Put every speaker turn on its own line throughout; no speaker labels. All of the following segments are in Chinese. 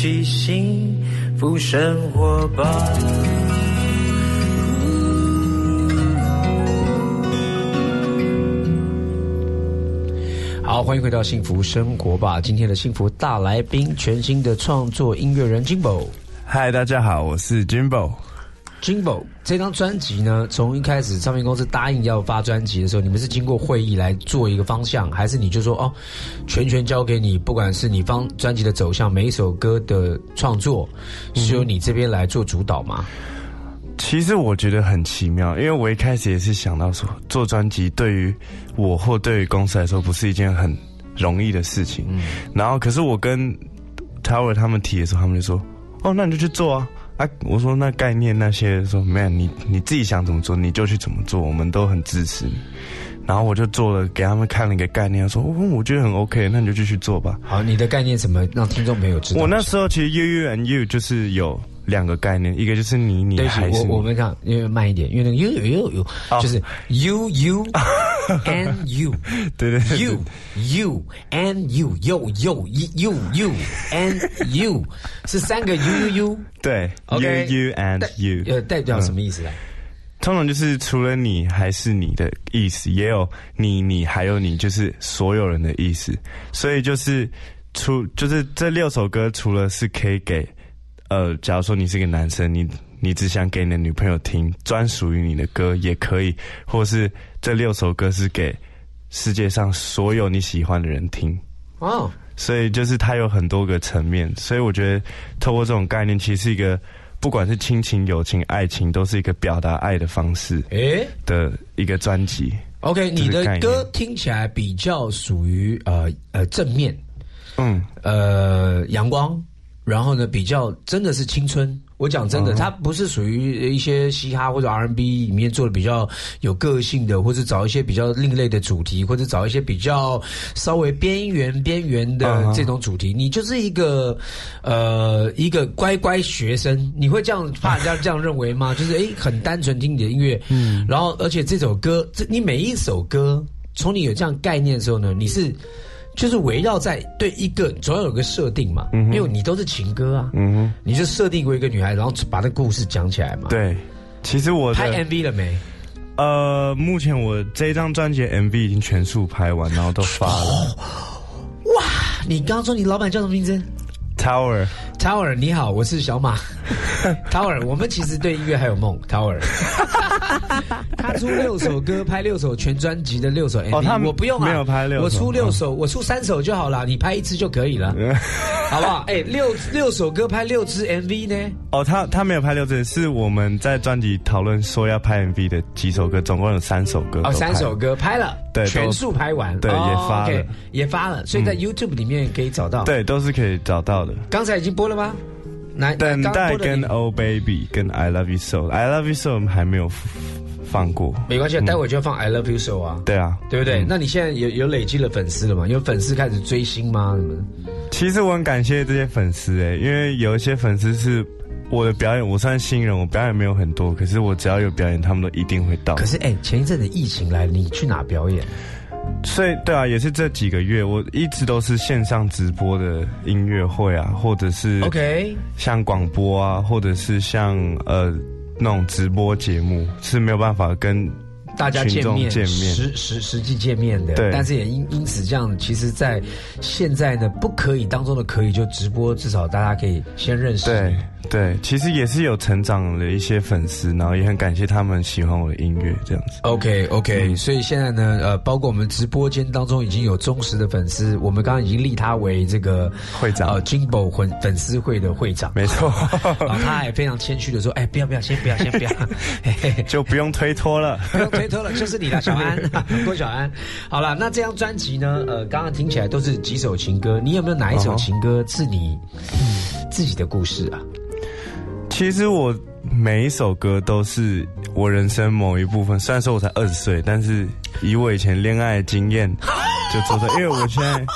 起幸福生活吧。
好，欢迎回到幸福生活吧。今天的幸福大来宾，全新的创作音乐人 Jimbo。
嗨，大家好，我是 Jimbo。Jimbo
这张专辑呢，从一开始唱片公司答应要发专辑的时候，你们是经过会议来做一个方向，还是你就说哦，全权交给你，不管是你方专辑的走向，每一首歌的创作，是由你这边来做主导吗？
其实我觉得很奇妙，因为我一开始也是想到说，做专辑对于我或对于公司来说不是一件很容易的事情。然后可是我跟 Tower 他们提的时候，他们就说，哦，那你就去做啊。我说那概念那些，说 man 你自己想怎么做你就去怎么做，我们都很支持你。然后我就做了，给他们看了一个概念，说我觉得很 OK， 那你就继续做吧。
好，你的概念怎么让听众朋友知道？
我那时候其实 You and You 就是有2个概念，一个就是你还是
我们看，因为慢一点，因为那个 you 就是 you and you，
对
you and you and you 是3个 you，
对
，OK
you and you，
代表什么意思来？
通常就是除了你还是你的意思，也有你还有你，就是所有人的意思。所以就是就是这6首歌，除了是可以给假如说你是个男生，你只想给你的女朋友听专属于你的歌也可以，或是这6首歌是给世界上所有你喜欢的人听。
哦，
所以就是它有很多个层面，所以我觉得透过这种概念，其实是一个不管是亲情、友情、爱情，都是一个表达爱的方式的一个专辑。
OK， 你的歌听起来比较属于正面，阳光。然后呢，比较真的是青春。我讲真的，它不是属于一些嘻哈或者 R&B 里面做的比较有个性的，或者找一些比较另类的主题，或者找一些比较稍微边缘的这种主题。你就是一个乖乖学生，你会这样怕人家这样认为吗？就是很单纯听你的音乐，然后而且这首歌，你每一首歌，从你有这样概念的时候呢，你是。就是围绕在对一个总要有个设定嘛，因为你都是情歌啊，你就设定过一个女孩，然后把那故事讲起来嘛。
对，其实我
拍 MV 了没？
目前我这一张专辑的 MV 已经全数拍完，然后都发了。
哇，你刚刚说你老板叫什么名字？Tower， 你好，我是小马。Tower， 我们其实对音乐还有梦。Tower， 他出6首歌，拍6首全专辑的6首 MV，我不用啊，
没有拍6首，
我出6首，我出3首就好了，你拍1支就可以了，好不好？6首歌拍6支 MV 呢？
他没有拍6支，是我们在专辑讨论说要拍 MV 的几首歌，总共有3首歌。
3首歌拍了，
对，
全数拍完，
对，也发了，
也发了，所以在 YouTube 里面可以找到，
对，都是可以找到的。
刚才已经播了吗？
等待跟 Oh Baby 跟 I Love You So，I Love You So 还没有放过，
没关系，待会就要放 I Love You So 啊。
对啊，
对不对？那你现在有累积了粉丝了吗？有粉丝开始追星吗？
其实我很感谢这些粉丝因为有一些粉丝是我的表演，我算新人，我表演没有很多，可是我只要有表演，他们都一定会到。
可是前一阵子疫情来，你去哪表演？
所以对啊，也是这几个月，我一直都是线上直播的音乐会啊，或者是
OK
像广播啊，或者是像那种直播节目，是没有办法跟
大家见面实际见面的，
对。
但是也因此这样，其实在现在呢，不可以当中的可以就直播，至少大家可以先认识。
对，其实也是有成长的一些粉丝，然后也很感谢他们喜欢我的音乐这样子。
OK， 所以现在呢，包括我们直播间当中已经有忠实的粉丝，我们刚刚已经立他为这个
会长
，Jimbo 粉丝会的会长，
没错。
然后他还非常谦虚的说：“不要，先不要，
就不用推脱了，
不用推脱了，就是你了，小安，郭小安。好了，那这张专辑呢，刚刚听起来都是几首情歌，你有没有哪一首情歌是你自己的故事啊？”
其实我每一首歌都是我人生某一部分，虽然说我才20岁，但是以我以前恋爱的经验就做到，因为我现在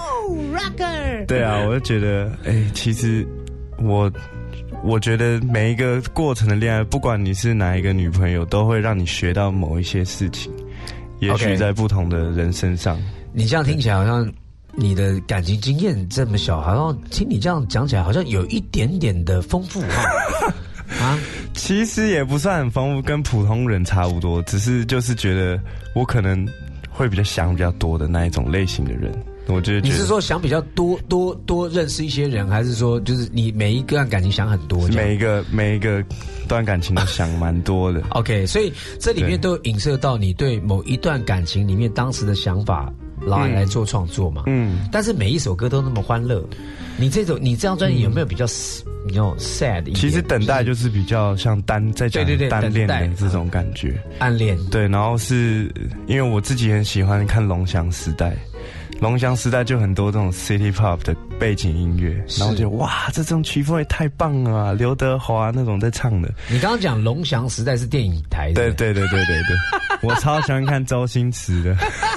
Rocker，
对啊，我就觉得其实我觉得每一个过程的恋爱，不管你是哪一个女朋友，都会让你学到某一些事情，也许在不同的人身上。
你这样听起来好像你的感情经验这么小，好像听你这样讲起来，好像有一点点的丰富哈。啊，
其实也不算很丰富，跟普通人差不多，只是就是觉得我可能会比较想比较多的那一种类型的人。我觉得
你是说想比较多认识一些人，还是说就是你每一段感情想很多？
每一个段感情都想蛮多的。
OK， 所以这里面都影射到你对某一段感情里面当时的想法，然后来做创作嘛。但是每一首歌都那么欢乐，你这张专辑有没有比较sad 一点？
其实等待就是比较像在讲单恋的这种感觉，
暗恋。对，
然后是因为我自己很喜欢看龙翔时代。龙翔时代就很多这种 City Pop 的背景音乐，然后就哇，这种曲风也太棒了啊！刘德华那种在唱的。你
刚刚讲龙翔时代是电影台的，
对，我超喜欢看周星驰的。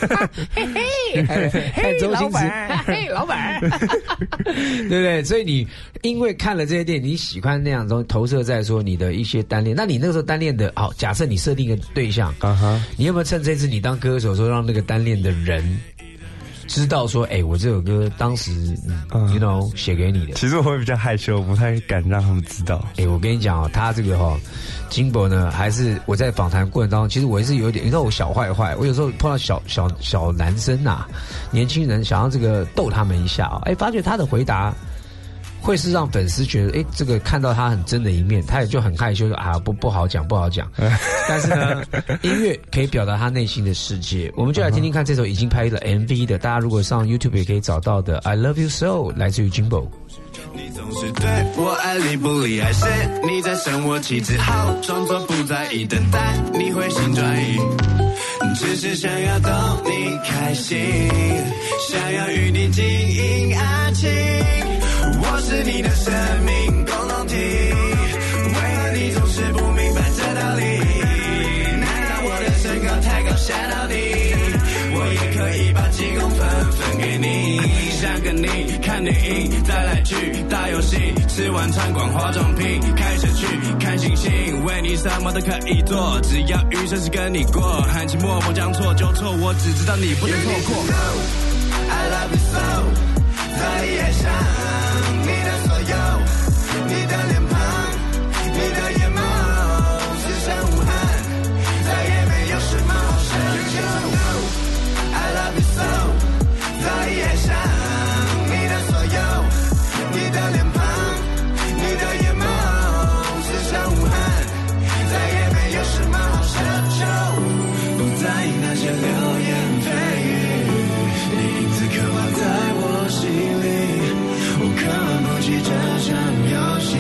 嘿，周星驰，嘿，老板，对不对？所以你因为看了这些电影，你喜欢那样东投射在说你的一些单恋。那你那个时候单恋的，好，假设你设定一个对象，你有没有趁这次你当歌手说让那个单恋的人知道说，我这首歌当时you know 写给你的。
其实我会比较害羞，不太敢让他们知道。
我跟你讲他这个Jimbo 呢，还是我在访谈过程当中，其实我也是有点，你知道我小坏，我有时候碰到小男生啊，年轻人想要这个逗他们一下发觉他的回答会是让粉丝觉得，这个看到他很真的一面，他也就很害羞，不好讲。但是呢，音乐可以表达他内心的世界。我们就来听听看这首已经拍了 MV 的，大家如果上 YouTube 也可以找到的 I Love You So， 来自于 Jimbo。
你总是对我爱理不理，还是你在生我气之后装作不在意，等待你回心转意，只是想要逗你开心，想要与你经营爱情。我是你的生命共同体，为何你总是不明白这道理？难道我的身高太高吓到你？我也可以把几公分给你，想跟你看电影，再来去打游戏，吃完餐馆化妆品，开车去看星星，为你什么都可以做，只要余生是跟你过，含情脉脉将错就错，我只知道你不能错过。I love you so， 早已爱上你的所有，你的脸庞，你的眼眸，世上无憾，再也没有什么好奢求。I love you so， 早已爱上你的所有，你的脸庞，你的眼眸，世上无憾，再也没有什么好奢求。不在意那些流言蜚语，你因此刻画在我心里，我渴望不起这场游戏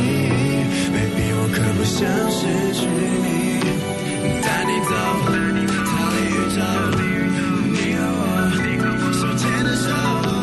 ，Baby 我可不想失去你，带你走，逃离宇宙，你和我手牵着手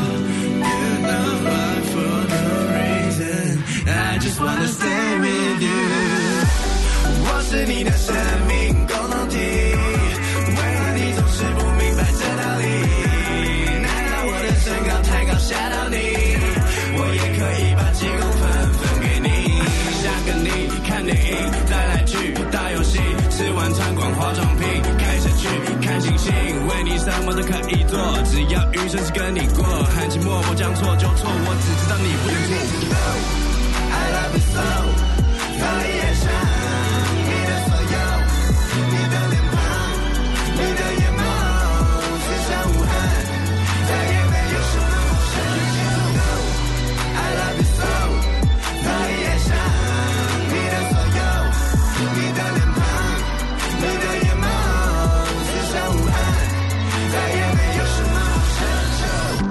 ，You know why for no reason， I just wanna stay with you， 我是你的生命共同体，为何你总是不明白这道理？难道我的身高太高吓到你？我也可以把几公分给你，想跟你看电影，再来去打游戏，吃完餐馆化妆品，开车去看星星，为你什么都可以做，只要余生是跟你过，含情脉脉将错就错，我只知道你不能错过。I love you so， 早已爱上你的所有，你的脸庞，你的眼眸，世上无憾，再也没有什么好奢求。I love you so， 早已爱上你的所有，你的脸庞，你的眼眸，世上无憾，再也没有什么好奢求。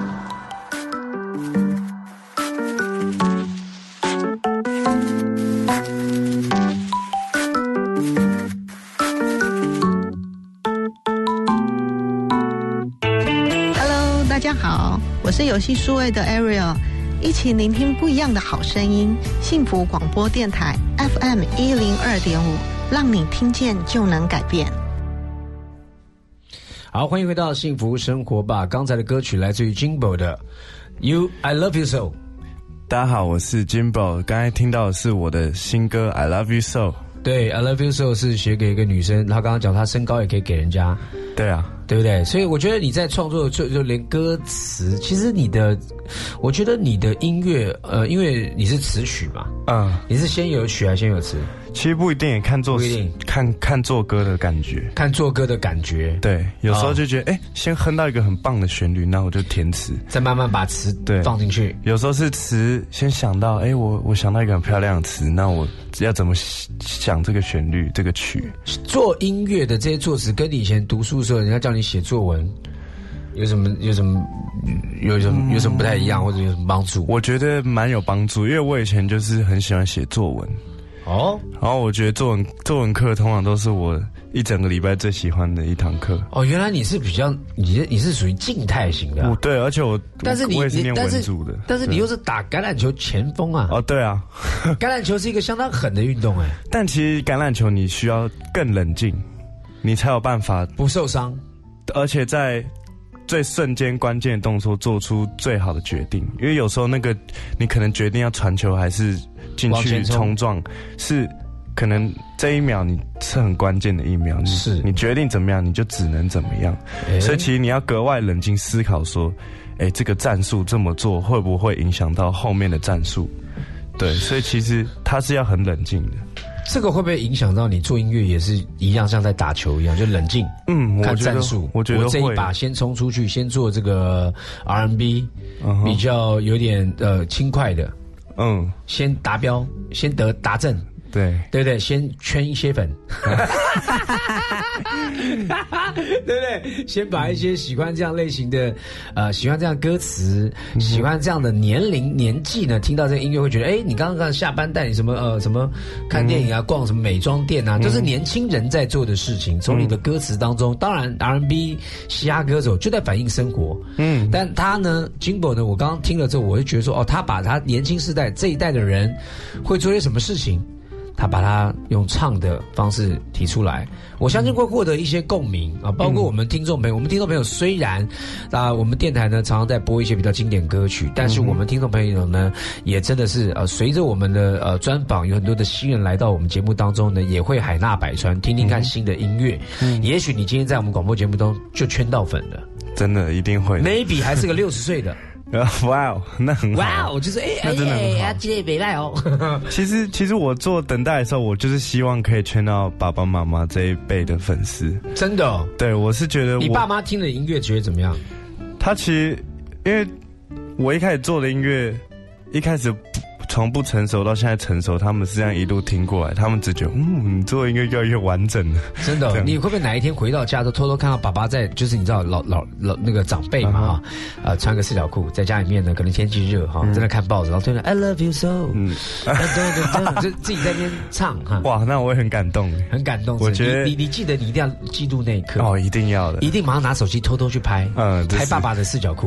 Hello， 大家好，我是游戏数位的 Ariel， 一起聆听不一样的好声音，幸福广播电台 FM102.5， 让你听见就能改变。
好，欢迎回到幸福生活吧。刚才的歌曲来自于 Jimbo 的 You I Love You So。
大家好，我是 Jimbo， 刚才听到的是我的新歌 I Love You So。
对， I Love You So 是写给一个女生，她刚刚讲她身高也可以给人家。
对啊。
对不对？所以我觉得你在创作就连歌词，其实我觉得你的音乐，因为你是词曲嘛，你是先有曲还是先有词？
其实不一定，也看作歌的感觉，
看作歌的感觉。
对，有时候就觉得，先哼到一个很棒的旋律，那我就填词，
再慢慢把词放进去。
有时候是词先想到，我想到一个很漂亮的词，那我要怎么想这个旋律、这个曲？
做音乐的这些作词，跟你以前读书的时候，人家叫你写作文，有什么不太一样，或者有什么帮助？
我觉得蛮有帮助，因为我以前就是很喜欢写作文。然后我觉得作文课通常都是我一整个礼拜最喜欢的一堂课。
原来你是比较你是属于静态型的。
对，而且我也是念文组的。
但是你又是打橄榄球前锋啊。
对啊。
橄榄球是一个相当狠的运动
但其实橄榄球你需要更冷静，你才有办法
不受伤，
而且在最瞬间关键的动作做出最好的决定。因为有时候那个你可能决定要传球还是进去冲撞，是可能这一秒你是很关键的一秒，你决定怎么样你就只能怎么样。所以其实你要格外冷静思考说，这个战术这么做会不会影响到后面的战术？对，所以其实它是要很冷静的。
这个会不会影响到你做音乐也是一样，像在打球一样，就冷静，看战术。
我觉得
这一把先冲出去，先做这个 R&B，比较有点轻快的，先达标，先达阵。对不对？先圈一些粉，对不对？先把一些喜欢这样类型的，喜欢这样歌词，喜欢这样的年纪呢，听到这个音乐会觉得，你刚刚下班带你什么看电影啊，逛什么美妆店啊，都是年轻人在做的事情。从你的歌词当中，当然 R&B 嘻哈歌手就在反映生活，但他呢 ，Jimbo 呢，我刚刚听了之后，我会觉得说，他把他年轻世代这一代的人会做些什么事情。他把它用唱的方式提出来，我相信会获得一些共鸣啊，包括我们听众朋友。我们听众朋友虽然我们电台呢常常在播一些比较经典歌曲，但是我们听众朋友呢也真的是随着我们的专访，有很多的新人来到我们节目当中呢，也会海纳百川，听听看新的音乐。也许你今天在我们广播节目中就圈到粉了，
真的一定会的。
maybe 还是个60岁的。
哇哦，那很好。
哇哦，就是
那真的很好。
今天没赖哦。
其实我做等待的时候，我就是希望可以圈到爸爸妈妈这一辈的粉丝。
真的哦？
对，我是觉得
你爸妈听的音乐觉得怎么样？
他其实因为我一开始做的音乐，一开始从不成熟到现在成熟，他们是这样一路听过来，他们只觉得你做的音乐越来越完整了。真的，
你会不会哪一天回到家都偷偷看到爸爸在，就是你知道老那个长辈嘛穿个四角裤在家里面呢，可能天气热在那看报纸，然后对着 I love you so， 就自己在那边唱
哇，那我也很感动，
很感动。
我觉得
你记得你一定要记录那一刻
一定要的，
一定马上拿手机偷偷去拍，拍爸爸的四角裤，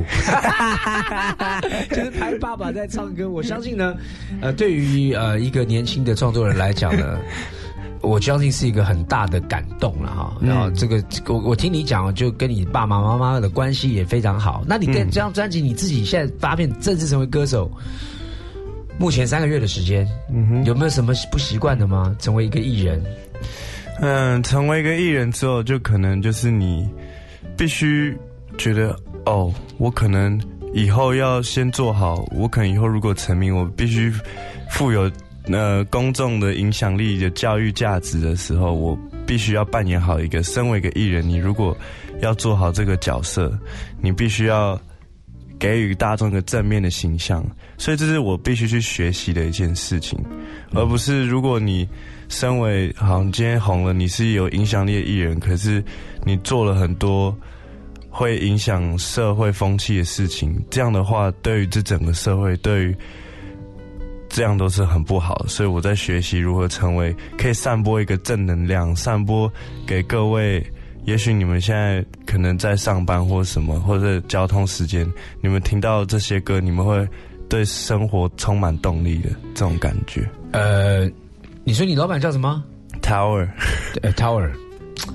就是拍爸爸在唱歌。我相信呢。对于一个年轻的创作人来讲呢，我相信是一个很大的感动了哈。然后这个我听你讲，就跟你爸爸妈妈的关系也非常好。那你跟这张专辑，你自己现在发片正式成为歌手，目前3个月的时间，有没有什么不习惯的吗？成为一个艺人？
成为一个艺人之后，就可能就是你必须觉得我可能。以后要先做好，我可能以后如果成名，我必须富有公众的影响力的教育价值的时候，我必须要扮演好一个身为一个艺人，你如果要做好这个角色，你必须要给予大众一个正面的形象，所以这是我必须去学习的一件事情，而不是如果你身为你今天红了，你是有影响力的艺人，可是你做了很多会影响社会风气的事情，这样的话对于这整个社会，对于这样都是很不好的。所以我在学习如何成为可以散播一个正能量，散播给各位，也许你们现在可能在上班或什么，或者交通时间，你们听到这些歌，你们会对生活充满动力的这种感觉。
你说你老板叫什么？
Tower
，Tower，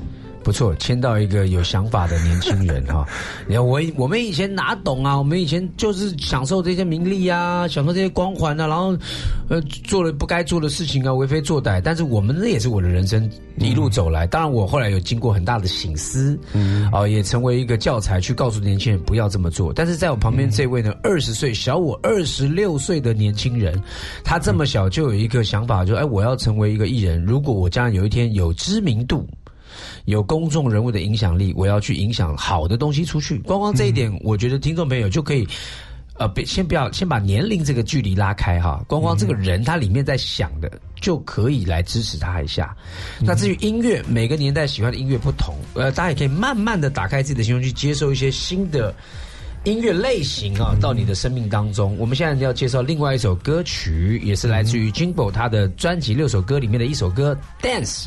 不错，签到一个有想法的年轻人哈。你看我们以前哪懂啊？我们以前就是享受这些名利啊，享受这些光环啊，然后做了不该做的事情啊，为非作歹。但是我们那也是我的人生一路走来，当然我后来有经过很大的省思，也成为一个教材去告诉年轻人不要这么做。但是在我旁边这位呢，20岁小我26岁的年轻人，他这么小就有一个想法，就我要成为一个艺人。如果我将来有一天有知名度，有公众人物的影响力，我要去影响好的东西出去。光这一点，我觉得听众朋友就可以，先把年龄这个距离拉开哈。光这个人他里面在想的，就可以来支持他一下。那至于音乐，每个年代喜欢的音乐不同，大家也可以慢慢的打开自己的心胸，去接受一些新的音乐类型啊，到你的生命当中。我们现在要介绍另外一首歌曲，也是来自于 Jimbo 他的专辑6首歌里面的一首歌 Dance。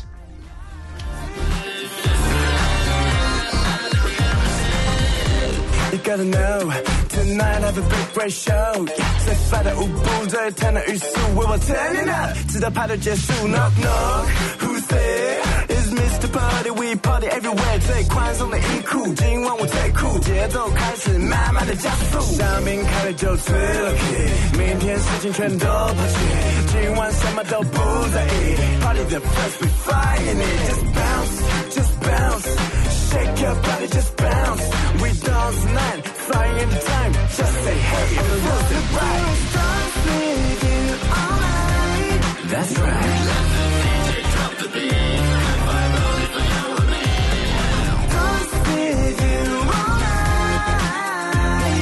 You gotta know, tonight have a big great show. 最快的舞步，最甜的语速，为我 turn it up， 直到派对结束。Knock knock, who's there? It's Mr. Party, we party everywhere. 最宽松的衣裤，今晚我最酷，节奏开始慢慢的加速。香槟开了就吃了 key， 明天事情全都抛弃，今晚什么都不在意。Party the first, we flying it. Just bounce, just bounce.Shake your body, just bounce. We dance tonight, flying in the time. Just say hey, I'm the rose and right. Dance with you all night. That's right. Let the DJ drop the beat. Vibe only for you and me. Dance with you all night.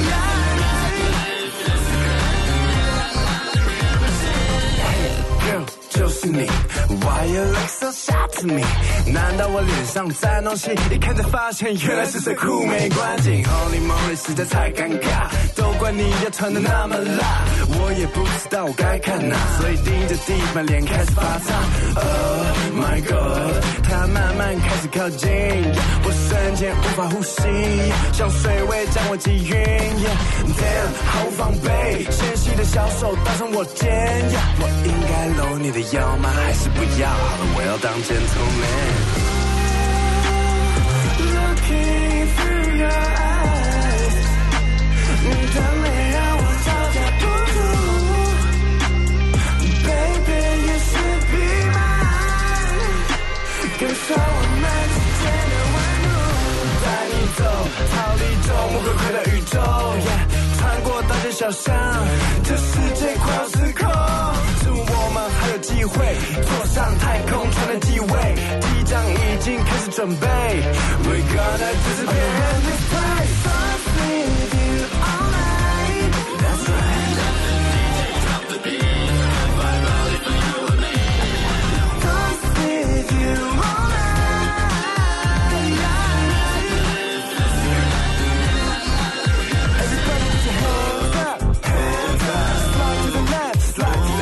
Hey, girl, 就是你。Why you look so shy to me？ 难道我脸上沾东西？一看才发现原来是水库没关紧。Holy moly， 实在太尴尬，都怪你要穿的那么辣，我也不知道我该看哪，所以盯着地板，脸开始发烫。Oh my god， 它慢慢开始靠近，我瞬间无法呼吸，像水位将我击晕。Damn， 毫无防备，纤细的小手搭上我肩。我应该搂你的腰吗？还是不要好了，我要当 gentleman。Looking through your eyes， 你的美让我招架不住。Baby you should be mine， 感受我们之间的温度，带你走，逃离中魔鬼快的宇宙。穿过大街小巷，这世界快要失控。我们还有机会坐上太空船的机位，机长已经开始准备。We're gonna disappear in this place. Dance with you all night. That's right. Let the DJ drop the beat. Vibe only for you and me. Dance with you all night.Everybody put your hands up, hands up. Slide to the left, slide to the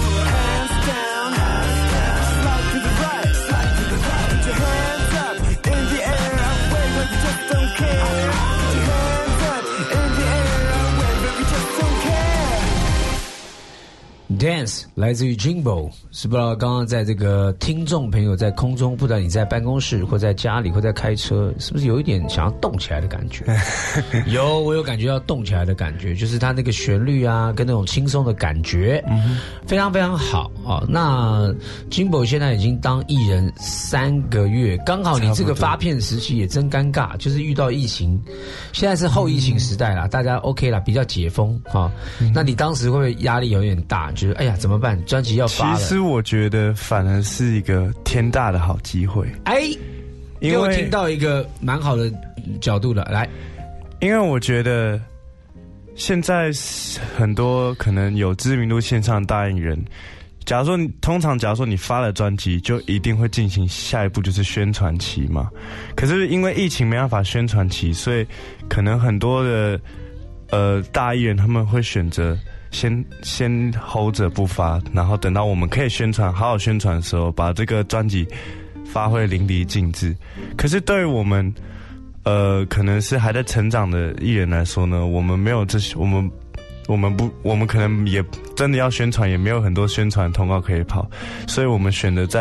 left.Dance 来自于 Jimbo， 是不知道刚刚在这个听众朋友在空中，不知道你在办公室或在家里或在开车，是不是有一点想要动起来的感觉？我有感觉要动起来的感觉，就是它那个旋律啊，跟那种轻松的感觉，非常非常好啊。那 Jimbo 现在已经当艺人3个月，刚好你这个发片时期也真尴尬，就是遇到疫情，现在是后疫情时代啦，大家 OK 啦，比较解封啊。那你当时会不会压力有点大？觉得哎呀怎么办？专辑要发了。
其实我觉得反而是一个天大的好机会。因为我
听到一个蛮好的角度的来，
因为我觉得现在很多可能有知名度线上的大艺人，假如说你发了专辑，就一定会进行下一步就是宣传期嘛。可是因为疫情没办法宣传期，所以可能很多的大艺人他们会选择先 hold 着不发，然后等到我们可以好好宣传的时候，把这个专辑发挥淋漓尽致。可是对于我们可能是还在成长的艺人来说呢，我们没有这些，我们可能也真的要宣传，也没有很多宣传通告可以跑，所以我们选择在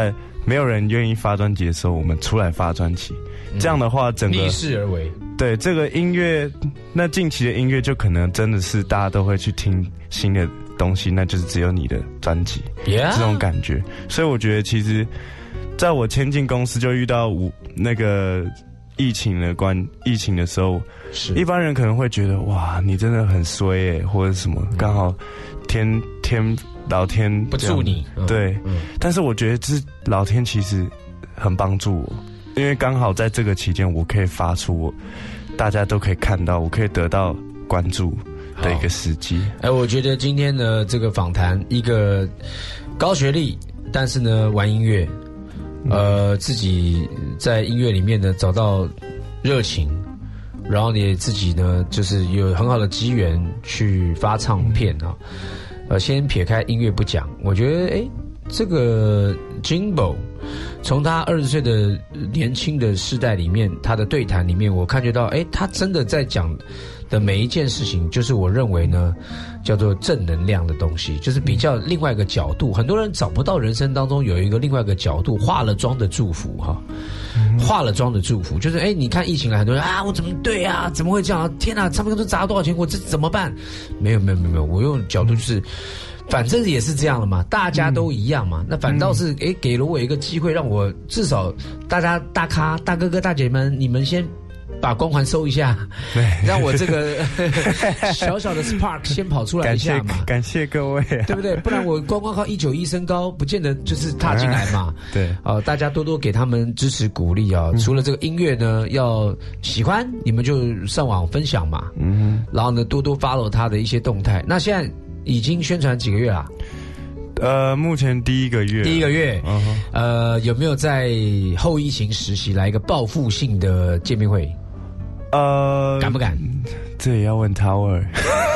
没有人愿意发专辑的时候，我们出来发专辑。这样的话，整个
逆势而为。
对这个音乐，那近期的音乐就可能真的是大家都会去听新的东西，那就是只有你的专辑，这种感觉。所以我觉得，其实在我签进公司就遇到那个疫情的时候，一般人可能会觉得哇，你真的很衰耶，或者什么，刚好老天
不助你，
对，但是我觉得这老天其实很帮助我，因为刚好在这个期间，我可以发出大家都可以看到，我可以得到关注的一个时机。
我觉得今天的这个访谈，一个高学历，但是呢玩音乐，自己在音乐里面呢找到热情，然后你自己呢就是有很好的机缘去发唱片啊。先撇开音乐不讲，我觉得这个 Jimbo 从他20岁的年轻的世代里面，他的对谈里面，我感觉到他真的在讲的每一件事情，就是我认为呢叫做正能量的东西，就是比较另外一个角度。很多人找不到人生当中有一个另外一个角度，化了妆的祝福哈。化了妆的祝福，就是你看疫情来，很多人我怎么对啊？怎么会这样？天哪，唱片都砸了多少钱？我这怎么办？没有，我用角度就是，反正也是这样了嘛，大家都一样嘛。那反倒是给了我一个机会，让我至少大家大咖、大哥哥、大姐们，你们先把光环收一下，让我这个小小的 spark 先跑出来一下嘛。
感谢各位，
对不对？不然我光靠191身高，不见得就是踏进来嘛。
对，
大家多多给他们支持鼓励啊。除了这个音乐呢，要喜欢，你们就上网分享嘛。然后呢，多多 follow 他的一些动态。那现在已经宣传几个月啦？
目前第一个月，
有没有在后疫情时期来一个报复性的见面会？敢不敢？
这也要问 Tower。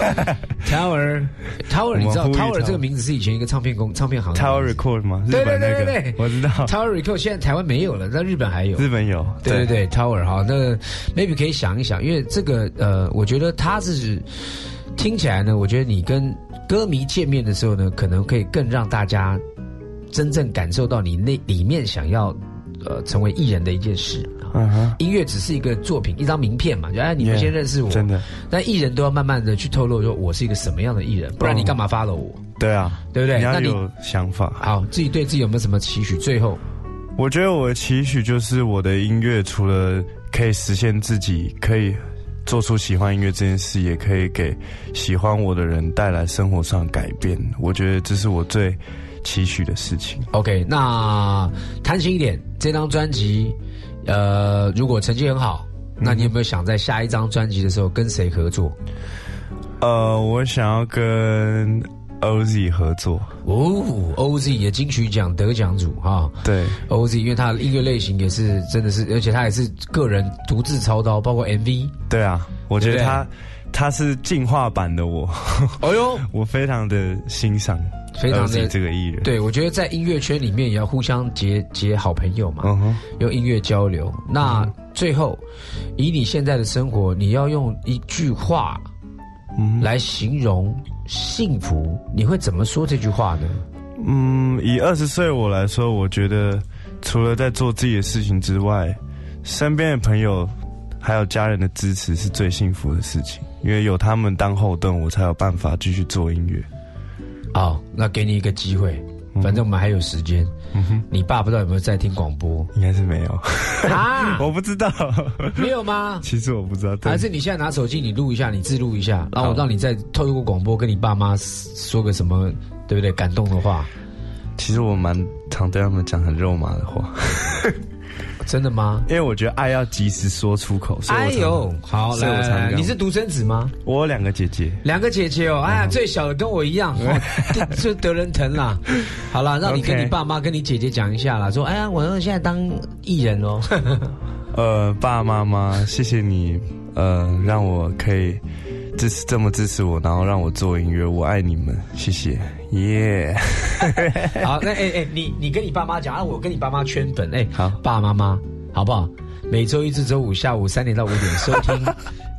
Tower， 你知道 Tower 这个名字是以前一个唱片行
Tower Record 吗？日本那个，对，我知道。
Tower Record 现在台湾没有了，在日本还有。
日本有，
对 Tower 哈，那 maybe 可以想一想，因为这个我觉得它是听起来呢，我觉得你跟歌迷见面的时候呢，可能可以更让大家真正感受到你那里面想要成为艺人的一件事。音乐只是一个作品，一张名片嘛，就你们先认识我，
真的。但
艺人都要慢慢的去透露，说我是一个什么样的艺人，不然你干嘛 follow 我？
对啊，
对不对？
你要有想法。
好，自己对自己有没有什么期许？最后，
我觉得我的期许就是我的音乐除了可以实现自己，可以做出喜欢音乐这件事，也可以给喜欢我的人带来生活上的改变。我觉得这是我最期许的事情。
OK， 那贪心一点，这张专辑，如果成绩很好，那你有没有想在下一张专辑的时候跟谁合作？
我想要跟 OZ 合作。
OZ 也金曲奖得奖组哈。
对
，OZ 因为他的音乐类型也是真的是，而且他也是个人独自操刀，包括 MV。
对啊，我觉得他是进化版的我。
哎呦，
我非常的欣赏。非常的这个艺人，
对，我觉得在音乐圈里面也要互相结好朋友嘛，用音乐交流。那最后，以你现在的生活，你要用一句话来形容幸福，你会怎么说这句话呢？
以20岁我来说，我觉得除了在做自己的事情之外，身边的朋友还有家人的支持是最幸福的事情，因为有他们当后盾，我才有办法继续做音乐。
好，那给你一个机会，反正我们还有时间。你爸不知道有没有在听广播？
应该是没有
啊，
我不知道，
没有吗？
其实我不知道，
还是你现在拿手机你录一下，你自录一下，然后我让你再透过广播跟你爸妈说个什么，对不对？感动的话。
其实我蛮常对他们讲很肉麻的话。
真的吗？
因为我觉得爱要及时说出口。
哎呦，好，来，你是独生子吗？
我有2个姐姐。
2个姐姐哦，哎呀，最小的跟我一样，就得人疼啦。好啦，让你跟你爸妈、跟你姐姐讲一下啦，说，哎呀，我现在当艺人哦。
爸爸妈妈，谢谢你，让我可以这么支持我，然后让我做音乐，我爱你们，谢谢，耶、
yeah 。好，那你跟你爸妈讲啊，我跟你爸妈圈粉，好，爸爸妈妈好不好？每周1至周5下午3点到5点收听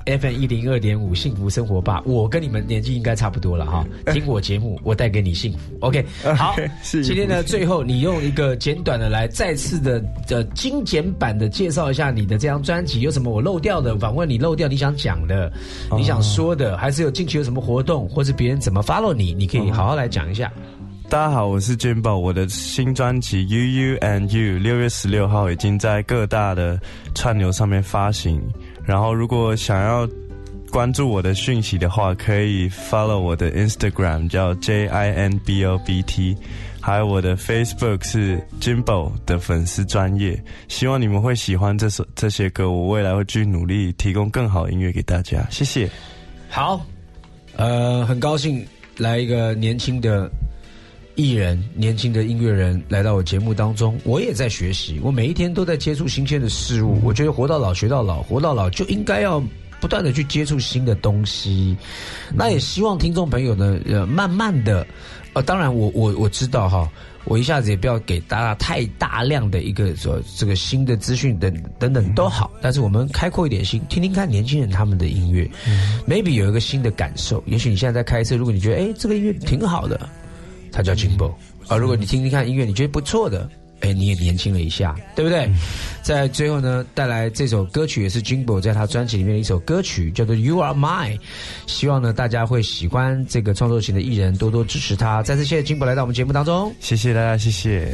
FM102.5幸福生活吧。我跟你们年纪应该差不多了哈，听我节目，我带给你幸福。OK， 好，今天呢，最后你用一个简短的来再次的精简版的介绍一下你的这张专辑，有什么我漏掉的？访问你漏掉你想讲的、你想说的，还是有近期有什么活动，或是别人怎么 follow 你，你可以好好来讲一下。
大家好，我是 Jimbo， 我的新专辑 You and You 6月16号已经在各大的串流上面发行，然后如果想要关注我的讯息的话，可以 follow 我的 Instagram 叫 JINBOBT， 还有我的 Facebook 是 Jimbo 的粉丝专页，希望你们会喜欢这些歌，我未来会继续努力提供更好的音乐给大家，谢谢。
好，很高兴来一个年轻的艺人，年轻的音乐人来到我节目当中，我也在学习，我每一天都在接触新鲜的事物。我觉得活到老学到老，活到老就应该要不断的去接触新的东西。那也希望听众朋友呢，慢慢的，当然我知道哈，我一下子也不要给大家太大量的一个这个新的资讯等等都好，但是我们开阔一点心，听听看年轻人他们的音乐，maybe 有一个新的感受。也许你现在在开车，如果你觉得这个音乐挺好的，它叫 Jimbo 如果你听听看音乐，你觉得不错的，你也年轻了一下，对不对？在最后呢，带来这首歌曲也是 Jimbo 在他专辑里面的一首歌曲，叫做 You Are Mine。希望呢大家会喜欢这个创作型的艺人，多多支持他。再次谢谢 Jimbo 来到我们节目当中，
谢谢大家，谢谢。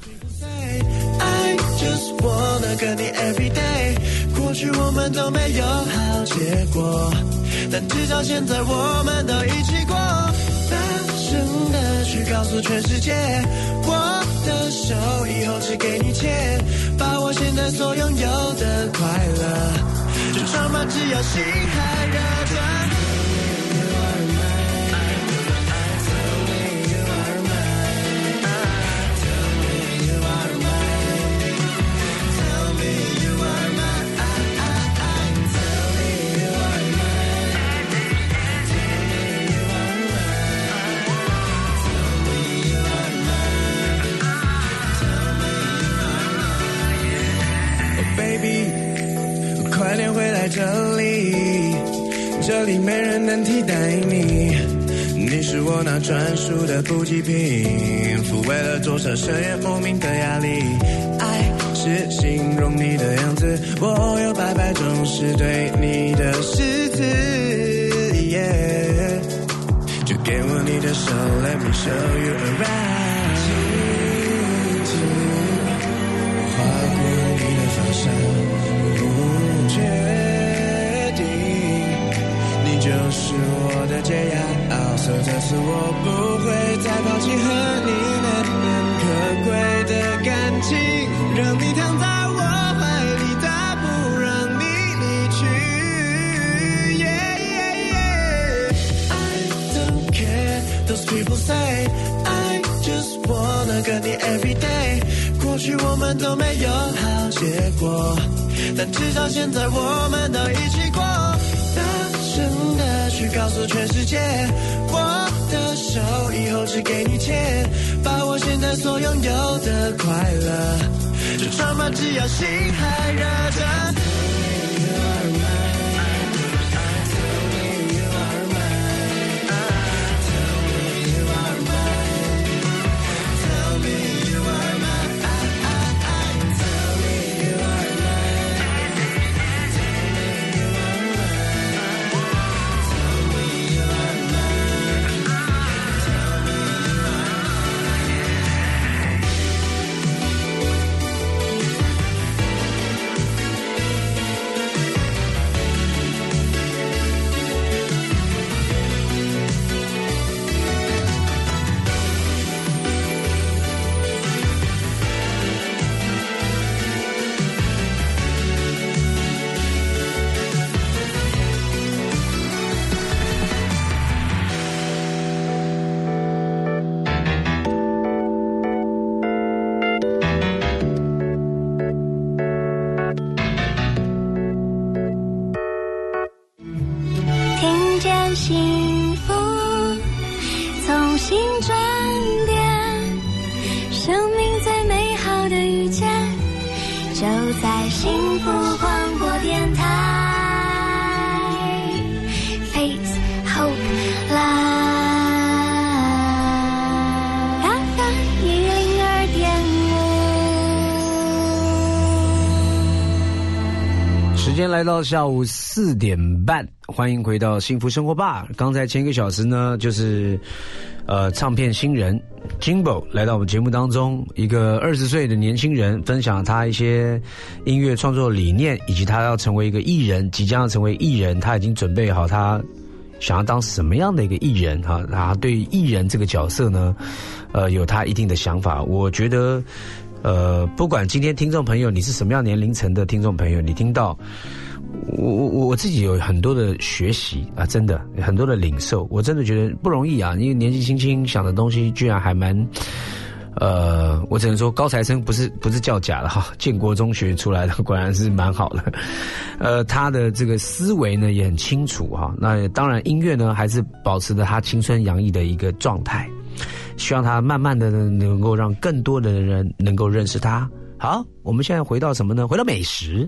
I just wanna 跟你 everyday， 过去我们都没有好结果，但至少现在我们都一起过。大声的去告诉全世界，我的手以后只给你牵，把我现在所拥有的快乐就装满，只要心还热着。快点回来这里，这里没人能替代你，你是我那专属的补给品，抚慰了多少深夜莫名的压力。爱是形容你的样子，我有百百种是对你的诗词，就给我你的手 Let me show you around， 轻轻划过你的发梢，确定你就是我的解药，所以这次我不会再抛弃和你那可贵的感情，让你躺在我怀里，大不让你离去。I don't care those people say I just wanna 跟你 everyday， 过去我们都没有好结果，但至少现在我们都一起过。大声的去告诉全世界，我的手以后只给你牵，把我现在所拥有的快乐就装满，只要心还热着。
幸福从心转变，生命最美好的遇见就在幸福广播电台。
间来到下午4点半，欢迎回到幸福生活吧。刚才前1个小时呢，就是唱片新人 Jimbo 来到我们节目当中，一个20岁的年轻人，分享他一些音乐创作理念，以及他要成为一个艺人，即将要成为艺人，他已经准备好他想要当什么样的一个艺人哈？他对于艺人这个角色呢，有他一定的想法。我觉得。不管今天听众朋友你是什么样年龄层的听众朋友，你听到我自己有很多的学习啊，真的很多的领受，我真的觉得不容易啊，因为年纪轻轻想的东西居然还蛮我只能说高材生不是叫假的哈，建国中学出来的果然是蛮好的。他的这个思维呢也很清楚哈，那当然音乐呢还是保持着他青春洋溢的一个状态。希望他慢慢的能够让更多的人能够认识他。好，我们现在回到什么呢？回到美食。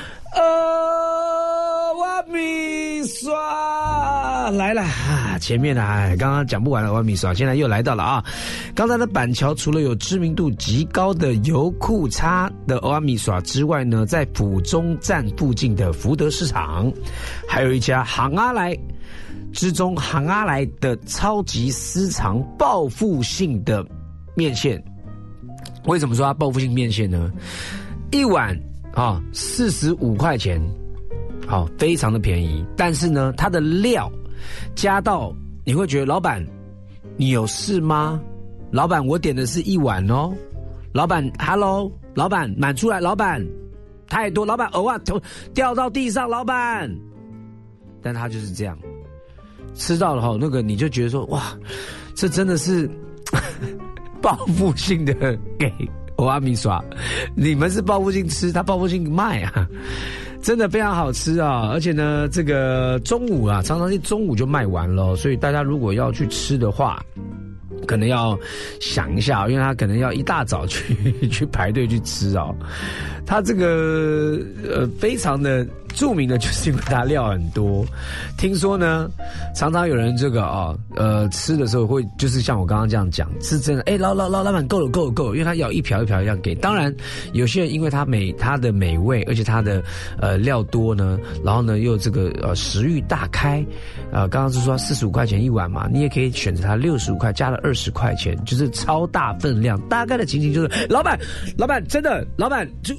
瓦米刷来了啊！前面呢，刚刚讲不完了瓦米刷，现在又来到了啊！刚才的板桥除了有知名度极高的油库叉的瓦米刷之外呢，在府中站附近的福德市场，还有一家行阿来之中行阿来的超级私藏报复性的面线。为什么说它报复性面线呢？一碗啊45块钱，好，非常的便宜。但是呢，它的料加到你会觉得老板你有事吗？老板我点的是一碗哦。老板 ，Hello， 老板满出来，老板太多，老板偶尔掉到地上，老板。但他就是这样。吃到了后，那个你就觉得说，哇，这真的是报复性的给瓦米刷，你们是报复性吃，他报复性卖啊，真的非常好吃啊！而且呢，这个中午啊，常常是中午就卖完了，所以大家如果要去吃的话，可能要想一下，因为他可能要一大早去排队去吃啊。他这个非常的著名的就是因为它料很多。听说呢，常常有人这个吃的时候会就是像我刚刚这样讲，是真的老板够了，因为他要一瓢一瓢这样给。当然有些人因为它的美味，而且它的料多呢，然后呢又这个食欲大开，刚刚是说45块钱一碗嘛，你也可以选择它65块加了20块钱，就是超大分量。大概的情形就是老板真的老板就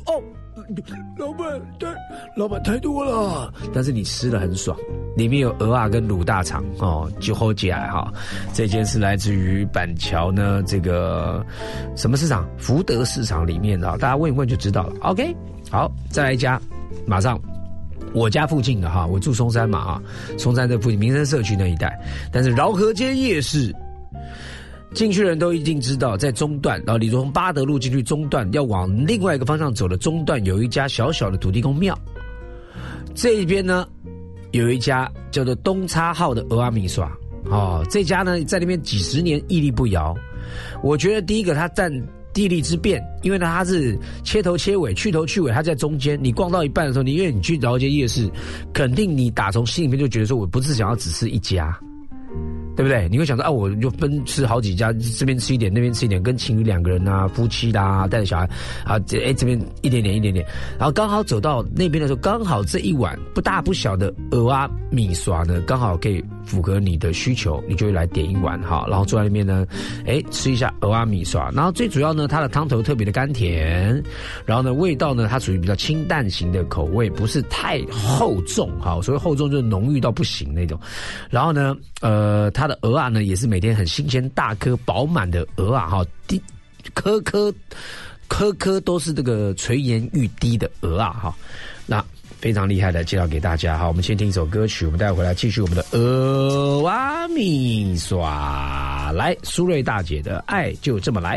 老板太多了，但是你吃得很爽，里面有蚵仔跟卤大肠哦，就好起来哈。这间是来自于板桥呢这个什么市场？福德市场里面的，大家问一问就知道了。OK， 好，再来一家，马上我家附近的哈，我住松山嘛哈，松山这附近民生社区那一带，但是饶河街夜市。进去的人都一定知道，在中段，然后你从八德路进去中段，要往另外一个方向走的中段，有一家小小的土地公庙。这一边呢，有一家叫做东叉号的蚵仔米刷。这家呢，在那边几十年屹立不摇。我觉得第一个，它占地利之便，因为呢，它是切头切尾，去头去尾，它在中间。你逛到一半的时候，因为你去饶河街夜市，肯定你打从心里面就觉得说，我不是想要只吃一家。对不对？你会想说我就分吃好几家，这边吃一点，那边吃一点，跟情侣2个人啊，夫妻啦，带着小孩啊，这边一点点，然后刚好走到那边的时候，刚好这一碗不大不小的蚵仔米刷呢，刚好可以符合你的需求，你就会来点一碗哈，然后坐在那边呢，吃一下蚵仔米刷，然后最主要呢，它的汤头特别的甘甜，然后呢，味道呢，它属于比较清淡型的口味，不是太厚重哈，所谓厚重就是浓郁到不行那种，然后呢，它的蚵仔呢也是每天很新鲜大颗饱满的蚵仔哈，颗颗都是这个垂涎欲滴的蚵仔哈，那非常厉害的介绍给大家哈。我们先听一首歌曲，我们待会回来继续我们的蚵仔米刷，来苏芮大姐的爱就这么来。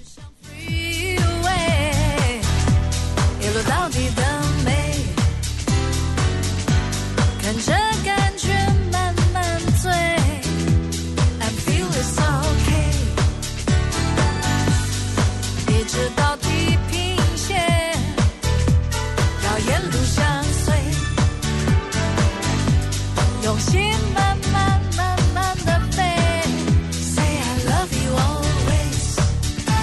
一路到底的美，看着感觉慢慢醉。一直到地平线，要沿路相随，用心慢慢的飞。Say I love you always。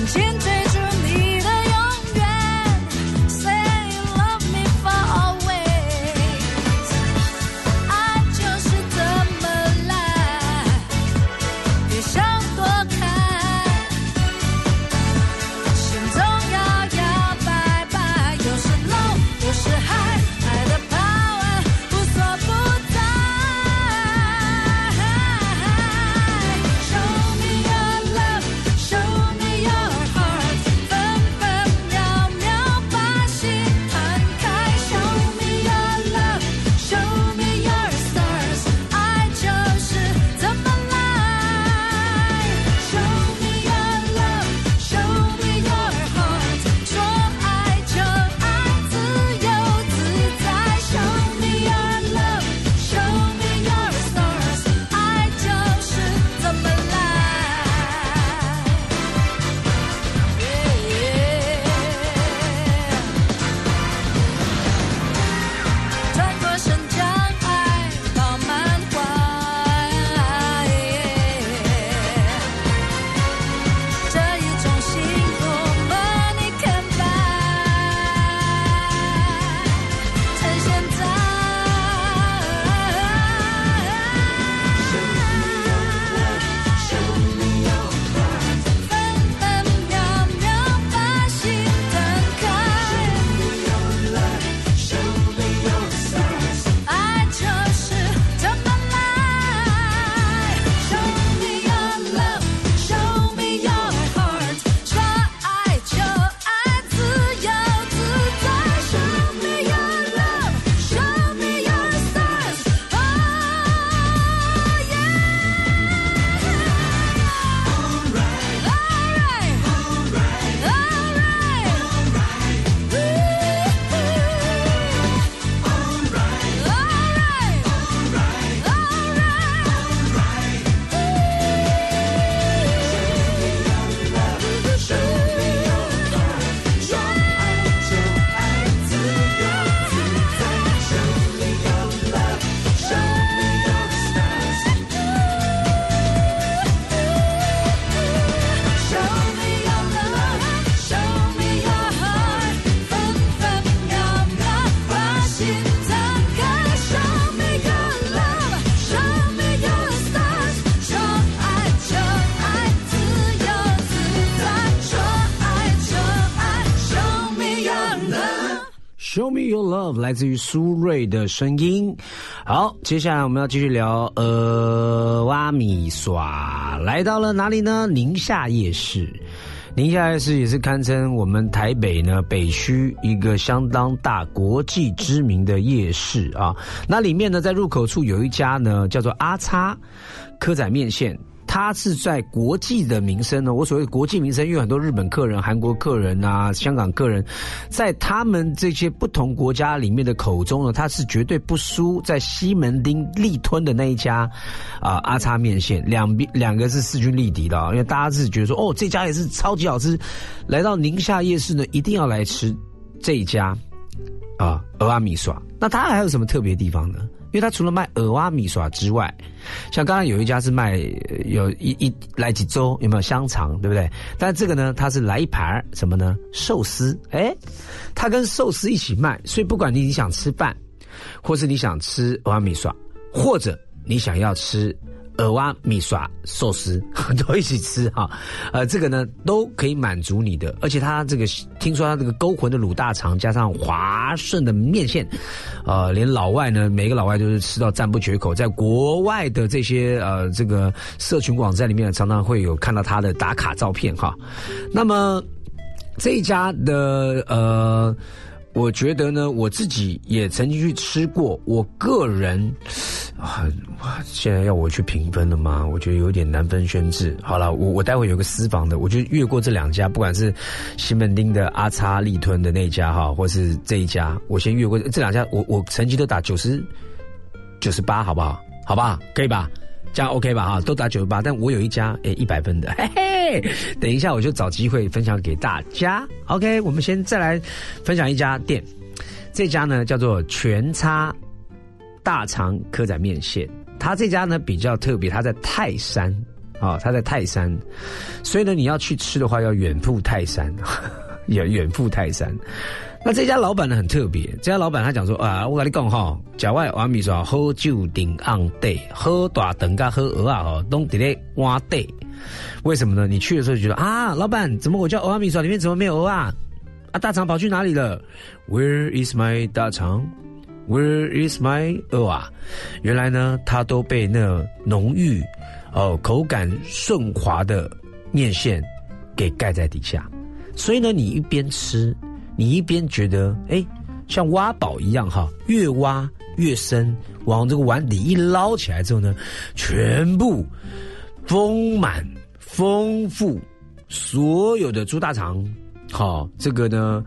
Show Me Your Love 来自于苏芮的声音。好，接下来我们要继续聊蚵仔米耍，来到了哪里呢？宁夏夜市。宁夏夜市也是堪称我们台北呢北区一个相当大国际知名的夜市啊。那里面呢，在入口处有一家呢叫做阿叉蚵仔面线。它是在国际的名声呢，我所谓国际名声，因为很多日本客人、韩国客人啊、香港客人，在他们这些不同国家里面的口中呢，它是绝对不输在西门町立吞的那一家阿叉面线，两个是势均力敌的因为大家是觉得说哦，这家也是超级好吃，来到宁夏夜市呢，一定要来吃这一家蚵仔米耍。那它还有什么特别的地方呢？因为它除了卖蚵仔米耍之外，像刚刚有一家是卖有一来几周有没有香肠，对不对？但这个呢，它是来一盘什么呢？寿司，它跟寿司一起卖，所以不管你想吃饭，或是你想吃蚵仔米耍，或者你想要吃蚵仔米耍寿司都一起吃哈，这个呢都可以满足你的，而且它这个听说它这个勾魂的卤大肠加上滑顺的面线，连老外呢每个老外都是吃到赞不绝口，在国外的这些这个社群网站里面常常会有看到它的打卡照片哈。那么这一家的我觉得呢，我自己也曾经去吃过，我个人现在要我去评分了吗？我觉得有点难分轩轾。好了，我待会有个私房的，我就越过这两家，不管是西门町的阿叉立吞的那一家哈，或是这一家，我先越过这两家，我成绩都打90、98，好不好？好吧，可以吧？这样 OK 吧哈，都打98，但我有一家100分的，嘿嘿，等一下我就找机会分享给大家。OK， 我们先再来分享一家店，这家呢叫做全叉大肠蚵仔面线。它这家呢比较特别，它在泰山他在泰山，所以呢，你要去吃的话，要远赴泰山，远赴泰山。那这家老板呢很特别，这家老板他讲说啊，我跟你讲哈，吃我的蚵仔面线好酒顶昂底，好大肠跟好蚵仔哈，都在碗底。为什么呢？你去的时候就觉得啊，老板，怎么我叫蚵仔面线里面怎么没有蚵仔？啊，大肠跑去哪里了 ？Where is my 大肠 ？Where is my 蚵仔？原来呢，它都被那浓郁口感顺滑的面线给盖在底下，所以呢，你一边吃。你一边觉得像挖宝一样哈，越挖越深，往这个碗里一捞起来之后呢，全部丰满丰富，所有的猪大肠，这个呢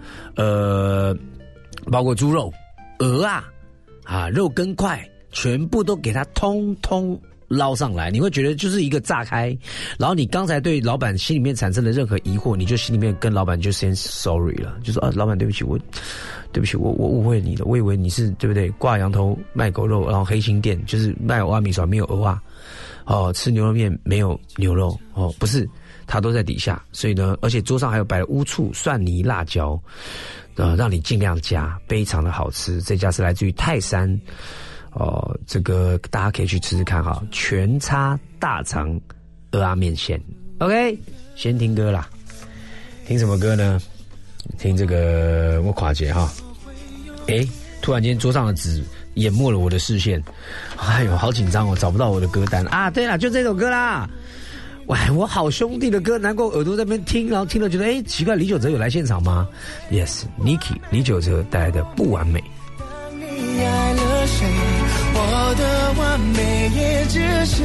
包括猪肉、鹅肉羹块，全部都给它通通捞上来，你会觉得就是一个炸开，然后你刚才对老板心里面产生的任何疑惑，你就心里面跟老板就先 sorry 了，就说老板对不起，我误会你了，我以为你是对不对挂羊头卖狗肉，然后黑心店就是卖蚵仔米线没有蚵仔，吃牛肉面没有牛肉，不是，它都在底下，所以呢，而且桌上还有摆了乌醋、蒜泥、辣椒，让你尽量加，非常的好吃。这家是来自于泰山。这个大家可以去吃吃看哈，全叉大肠蚵仔面线。OK， 先听歌啦，听什么歌呢？听这个我垮节哈。突然间桌上的纸淹没了我的视线，哎呦，好紧张哦，找不到我的歌单啊！对了，就这首歌啦。喂，我好兄弟的歌，难怪耳朵在那边听，然后听了觉得奇怪，李玖哲有来现场吗 ？Yes， Niki 李玖哲带来的《不完美》。
你爱了谁？我的完美也只是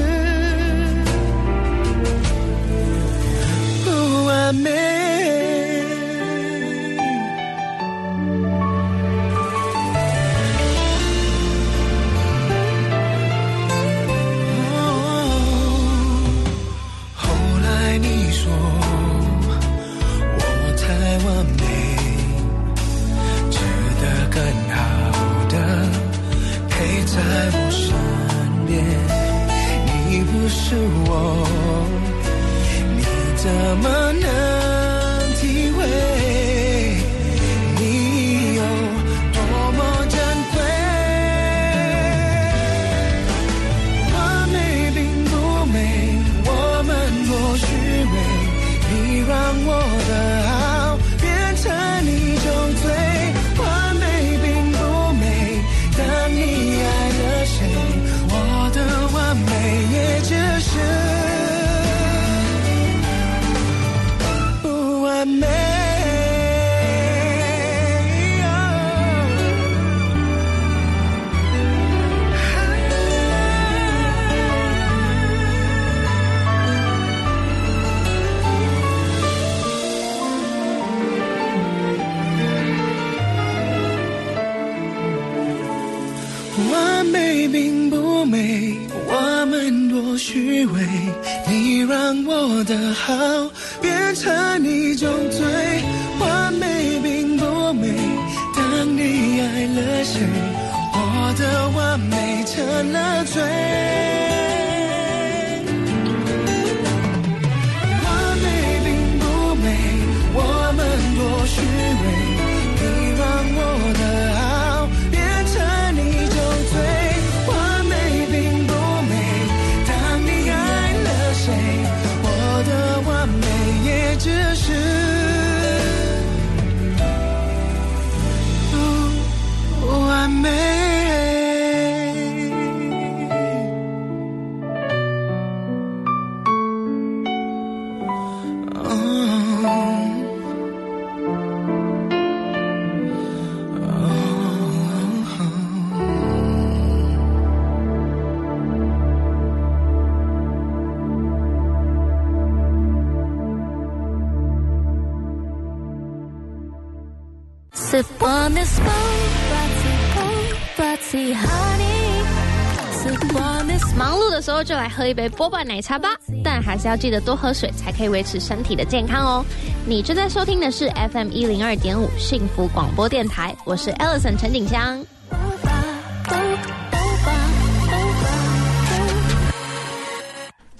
不完美。后来你说我太完美，值得更好的陪在我身边，你不是我，你怎么能体会你有多么珍贵？完美并不美，我们多虚伪，你让我的好变成一种罪。完美并不美，当你爱了谁，我的完美也只是不完美。完美并不美，我们多虚伪，你让我的好变成一种罪。完美并不美，当你爱了谁，我的完美成了罪。完美并不美，我们多虚伪，你让我的好变成一种罪。完美并不美，当你爱了谁，我的完美也只是不完美。
Sip on this Bobaty honey, sip on this。忙碌的时候就来喝一杯波霸奶茶吧，但还是要记得多喝水，才可以维持身体的健康哦。你正在收听的是 FM 102.5幸福广播电台，我是 Ellison 陈景香。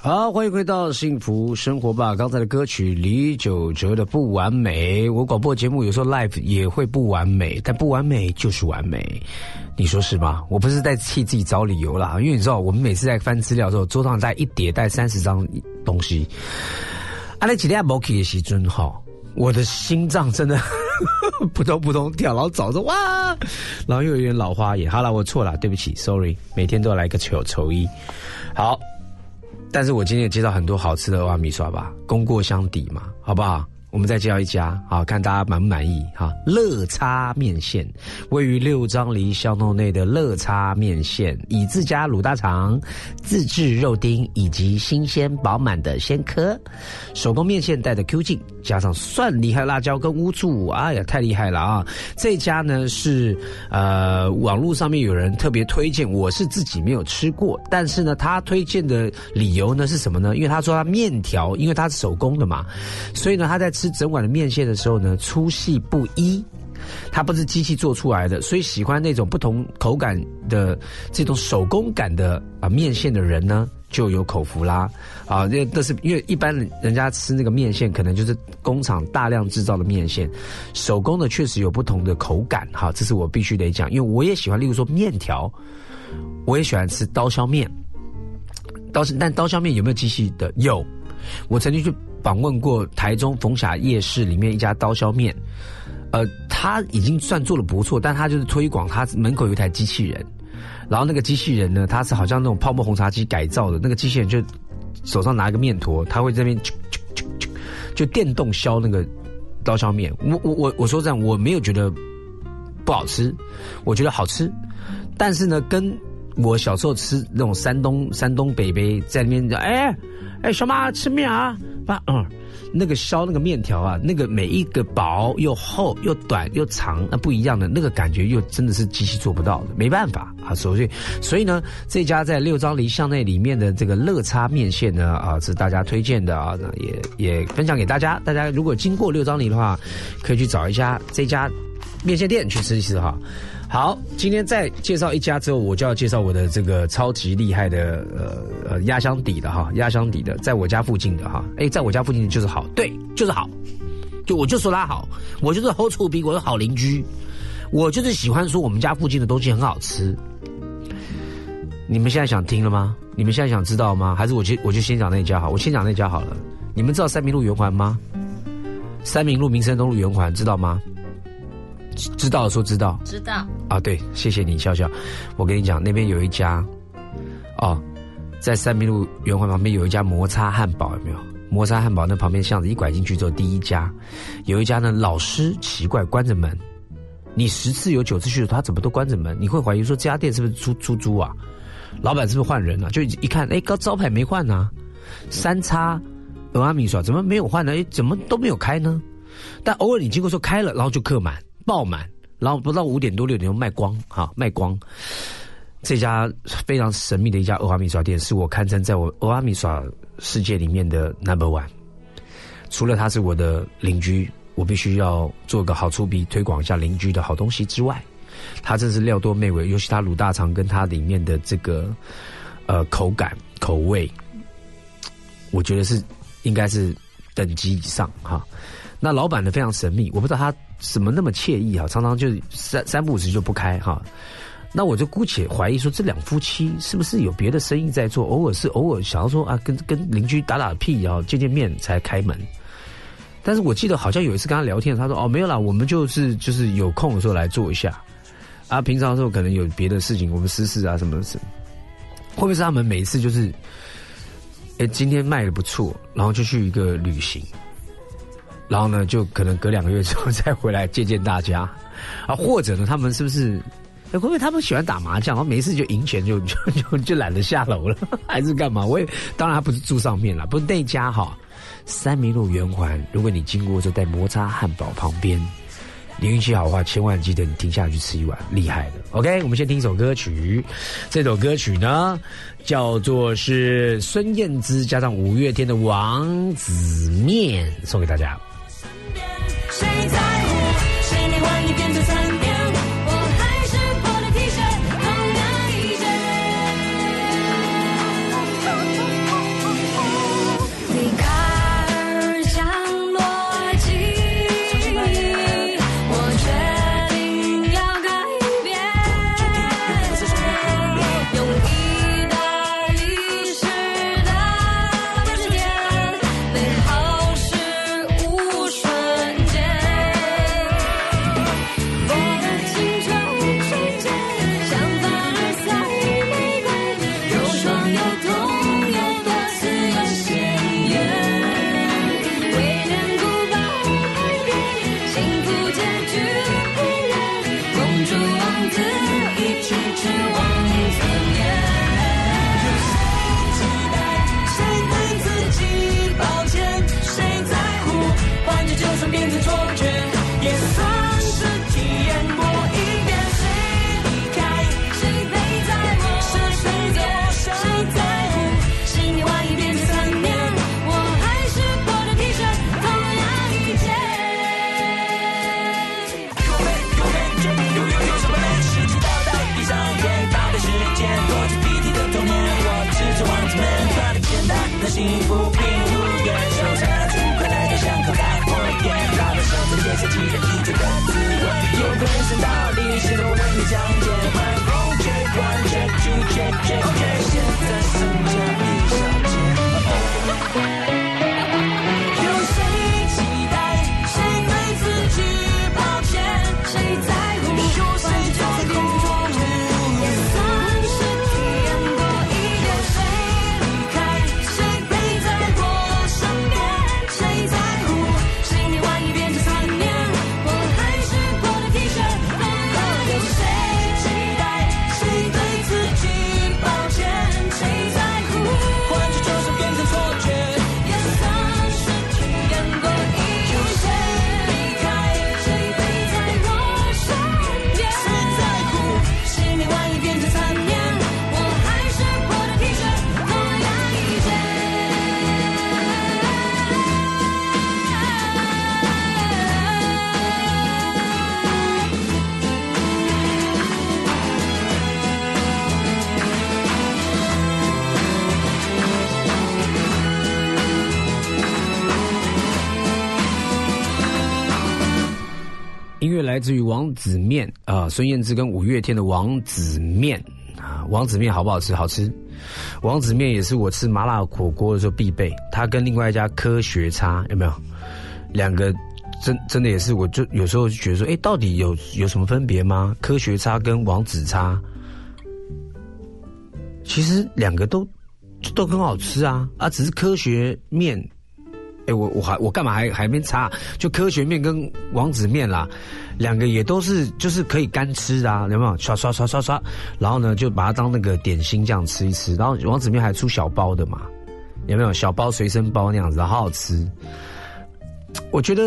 好，欢迎回到幸福生活吧。刚才的歌曲李玖哲的不完美，我广播节目有时候 live 也会不完美，但不完美就是完美，你说是吗？我不是在替自己找理由啦，因为你知道我们每次在翻资料的时候，桌上带一叠带30张东西，啊，那几天没去的时阵哈，我的心脏真的扑通扑通跳，然后早说哇，然后又有点老花眼。好了，我错了，对不起 ，sorry， 每天都要来个丑一。好。但是我今天也介绍很多好吃的蚵仔米刷吧，功过相抵嘛，好不好？我们再介绍一家，好看大家满不满意哈？乐叉面线，位于六张犁巷弄内的乐叉面线，以自家卤大肠、自制肉丁以及新鲜饱满的鲜壳，手工面线带的 Q 劲，加上蒜泥还有辣椒跟乌醋，哎呀，太厉害了啊！这家呢是网络上面有人特别推荐，我是自己没有吃过，但是呢，他推荐的理由呢是什么呢？因为他说他面条，因为他是手工的嘛，所以呢他在吃整碗的面线的时候呢，粗细不一，它不是机器做出来的，所以喜欢那种不同口感的这种手工感的面线的人呢，就有口福啦啊！这是因为一般人家吃那个面线，可能就是工厂大量制造的面线，手工的确实有不同的口感哈，这是我必须得讲，因为我也喜欢，例如说面条，我也喜欢吃刀削面，但刀削面有没有机器的？有，我曾经去访问过台中逢甲夜市里面一家刀削面，他已经算做得不错，但他就是推广，他门口有一台机器人，然后那个机器人呢，他是好像那种泡沫红茶机改造的，那个机器人就手上拿一个面坨，他会在那边就电动削那个刀削面。我说这样，我没有觉得不好吃，我觉得好吃，但是呢，跟我小时候吃那种山东北北在那边小妈吃面啊，那个削那个面条啊，那个每一个薄又厚又短又长，那不一样的那个感觉，又真的是机器做不到的，没办法啊。所以呢，这家在六张犁巷内里面的这个乐叉面线呢，是大家推荐的啊，也分享给大家。大家如果经过六张犁的话，可以去找一下这家面线店去吃一吃哈。好，今天再介绍一家之后，我就要介绍我的这个超级厉害的压箱底的哈，压箱底的，在我家附近的哈，在我家附近就是好，对，就是好，我就说他好，我就是好臭逼，我是好邻居，我就是喜欢说我们家附近的东西很好吃。你们现在想听了吗？你们现在想知道吗？还是我就先讲那家好，我先讲那家好了。你们知道三民路圆环吗？三民路民生东路圆环知道吗？知道的说知道，
知道
啊，对，谢谢你笑笑。我跟你讲，那边有一家，在三民路圆环旁边有一家摩擦汉堡，有没有？摩擦汉堡那旁边巷子一拐进去之后，第一家，有一家呢，老师奇怪关着门，你10次有9次去的，他怎么都关着门？你会怀疑说这家店是不是出租啊？老板是不是换人了？就一看，招牌没换啊，3叉蚵仔米刷怎么没有换呢？怎么都没有开呢？但偶尔你经过说开了，然后就客满。爆满，然后不到5点多6点钟卖光，卖光。这家非常神秘的一家蚵仔米刷店，是我堪称在我蚵仔米刷世界里面的 No.1。除了他是我的邻居，我必须要做个好出鼻推广一下邻居的好东西之外，他真是料多美味，尤其他卤大肠跟它里面的这个口感口味，我觉得是应该是等级以上哈。那老板呢非常神秘，我不知道他怎么那么惬意常常就三不五时就不开哈。那我就姑且怀疑说，这两夫妻是不是有别的生意在做？偶尔想要说跟邻居打屁见面才开门。但是我记得好像有一次跟他聊天，他说没有啦，我们就是有空的时候来做一下啊，平常的时候可能有别的事情，我们私事啊什么的事。会不会是他们每一次就是今天卖的不错，然后就去一个旅行？然后呢，就可能隔2个月之后再回来见大家啊，或者呢，他们是不是会不会他们喜欢打麻将，然后每一次就赢钱就懒得下楼了，还是干嘛？当然他不是住上面了，不是那家三民路圆环，如果你经过就在摩擦汉堡旁边，你运气好的话，千万记得你停下来去吃一碗，厉害的。OK， 我们先听一首歌曲，这首歌曲呢叫做是孙燕姿加上5月天的《王子面》，送给大家。
谁在乎谁你换一遍就3遍，我还是破了 T 恤同样一件。
不平，手上拿出快来就像口袋火焰，老的手在夜色记得一直的滋味，有个人生道理，现在我为你讲解。My project one check two check check check， 现在剩下一小节。有谁期待？谁对自己抱歉？谁在乎？有谁就跟错误？也算是体验过一点。谁离开？谁陪在我身边？谁在乎？心里万一变成残念，我还是破了 T 恤。有谁期待？谁对自己抱歉？谁在乎？换去就算变成错觉，也算是体验过一点。有谁离开？谁陪在我身边？谁在乎？心里万一变成残念，我还是破了 T 恤，多压一些。
音乐来自于王子面啊，孙燕姿跟五月天的王子面啊，王子面好不好吃？好吃。王子面也是我吃麻辣火锅的时候必备，它跟另外一家科学叉有没有？两个真的也是，我就有时候就觉得说，到底有什么分别吗？科学叉跟王子叉，其实两个都很好吃啊，只是科学面。我干嘛还没查？就科学面跟王子面啦，两个也都是就是可以干吃的啊，有没有？刷，然后呢就把它当那个点心这样吃一吃。然后王子面还出小包的嘛，有没有？小包随身包那样子，好好吃。我觉得，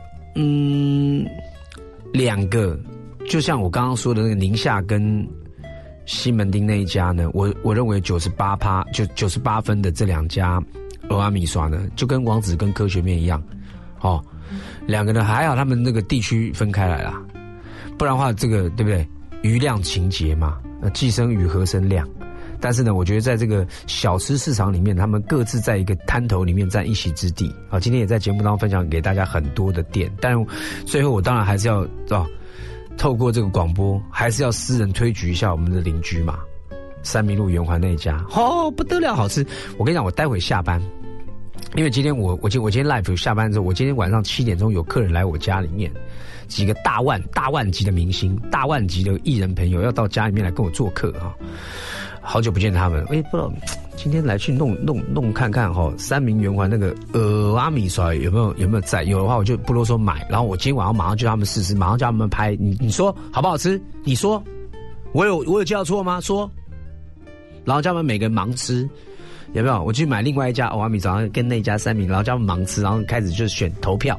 两个就像我刚刚说的那个宁夏跟西门町那一家呢，我认为98分的这两家。欧阿米刷呢，就跟王子跟科学面一样，两个呢还好，他们那个地区分开来啦，不然的话，这个对不对？余量情节嘛，既生瑜何生亮？但是呢，我觉得在这个小吃市场里面，他们各自在一个滩头里面占一席之地啊。今天也在节目当中分享给大家很多的店，但最后我当然还是要透过这个广播，还是要私人推举一下我们的邻居嘛。三民路圆环那一家，不得了，好吃！我跟你讲，我待会下班，因为今天我今天 live 下班之后，我今天晚上7点钟有客人来我家里面，几个大万级的明星、大万级的艺人朋友要到家里面来跟我做客哈。好久不见他们，不知道今天来去弄看看三民圆环那个阿米刷有没有在？有的话我就不啰嗦买，然后我今天晚上马上就让他们试试，马上叫他们拍。你说好不好吃？你说我有叫错吗？说。然后叫他们每个人盲吃，有没有？我去买另外一家欧阿米，早上跟那家三明，然后叫他们盲吃，然后开始就选投票。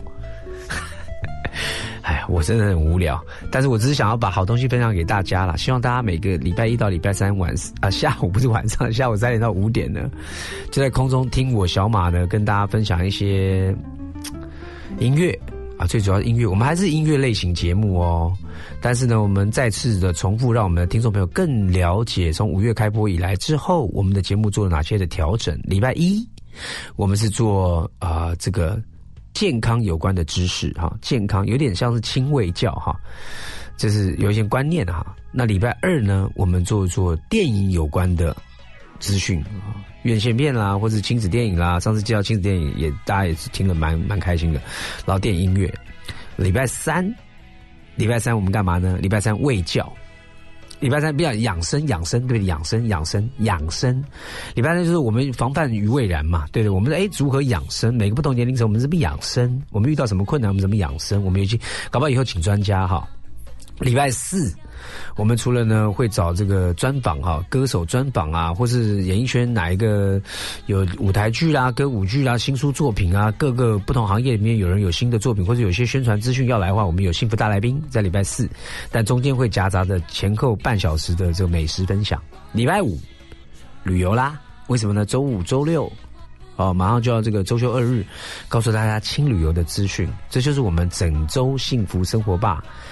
我真的很无聊，但是我只是想要把好东西分享给大家啦，希望大家每个礼拜1到礼拜3下午不是晚上，下午3点到5点呢，就在空中听我小马呢跟大家分享一些音乐啊，最主要是音乐，我们还是音乐类型节目哦。但是呢，我们再次的重复，让我们的听众朋友更了解从5月开播以来之后，我们的节目做了哪些的调整。礼拜1，我们是做这个健康有关的知识哈，健康有点像是亲卫教哈，这是有一些观念哈。那礼拜2呢，我们做电影有关的资讯，院线片啦，或是亲子电影啦。上次介绍亲子电影大家也是听了蛮开心的。然后电影音乐，礼拜三我们干嘛呢？礼拜3卫教，礼拜3比较养生，对不对？养生。礼拜3就是我们防范于未然嘛，对不对？我们如何养生？每个不同年龄层，我们怎么养生？我们遇到什么困难，我们怎么养生？我们也去搞不好以后请专家哈。礼拜4，我们除了呢会找这个专访哈，歌手专访啊，或是演艺圈哪一个有舞台剧啦、歌舞剧啦、新书作品啊，各个不同行业里面有人有新的作品，或者有些宣传资讯要来的话，我们有幸福大来宾在礼拜4，但中间会夹杂着前后半小时的这个美食分享。礼拜5旅游啦，为什么呢？周5、周6。马上就要这个周休2日，告诉大家轻旅游的资讯，这就是我们整周幸福生活吧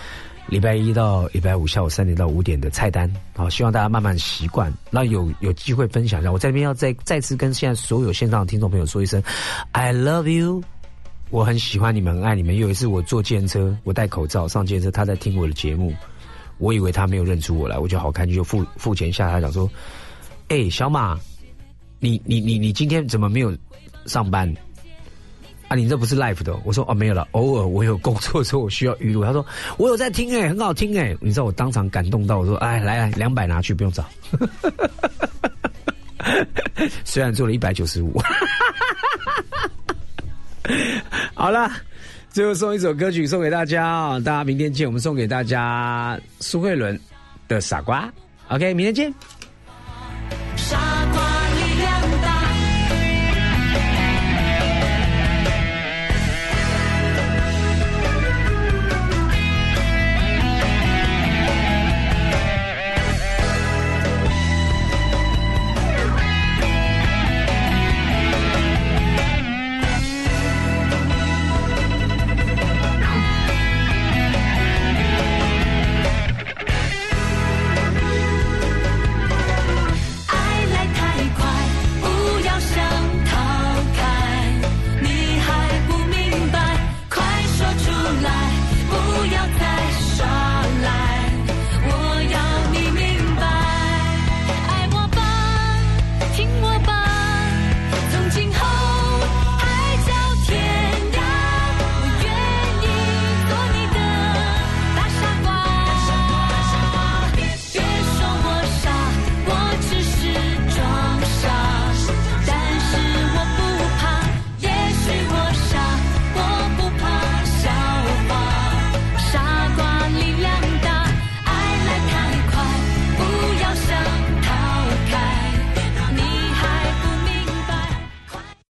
礼拜一到礼拜五下午3点到5点的菜单，好，希望大家慢慢习惯，那有机会分享一下。我在这边要再次跟现在所有线上的听众朋友说一声 I love you， 我很喜欢你们，很爱你们。有一次我坐计程车，我戴口罩上计程车，他在听我的节目，我以为他没有认出我来，我就好开心，就付钱下他讲说，小马，你今天怎么没有上班？啊，你这不是 live 的？我说没有了，偶尔我有工作的时候我需要预录。他说我有在听很好听你知道我当场感动到，我说来200拿去，不用找。虽然做了195。好了，最后送一首歌曲送给大家大家明天见。我们送给大家苏慧伦的《傻瓜》。OK， 明天见。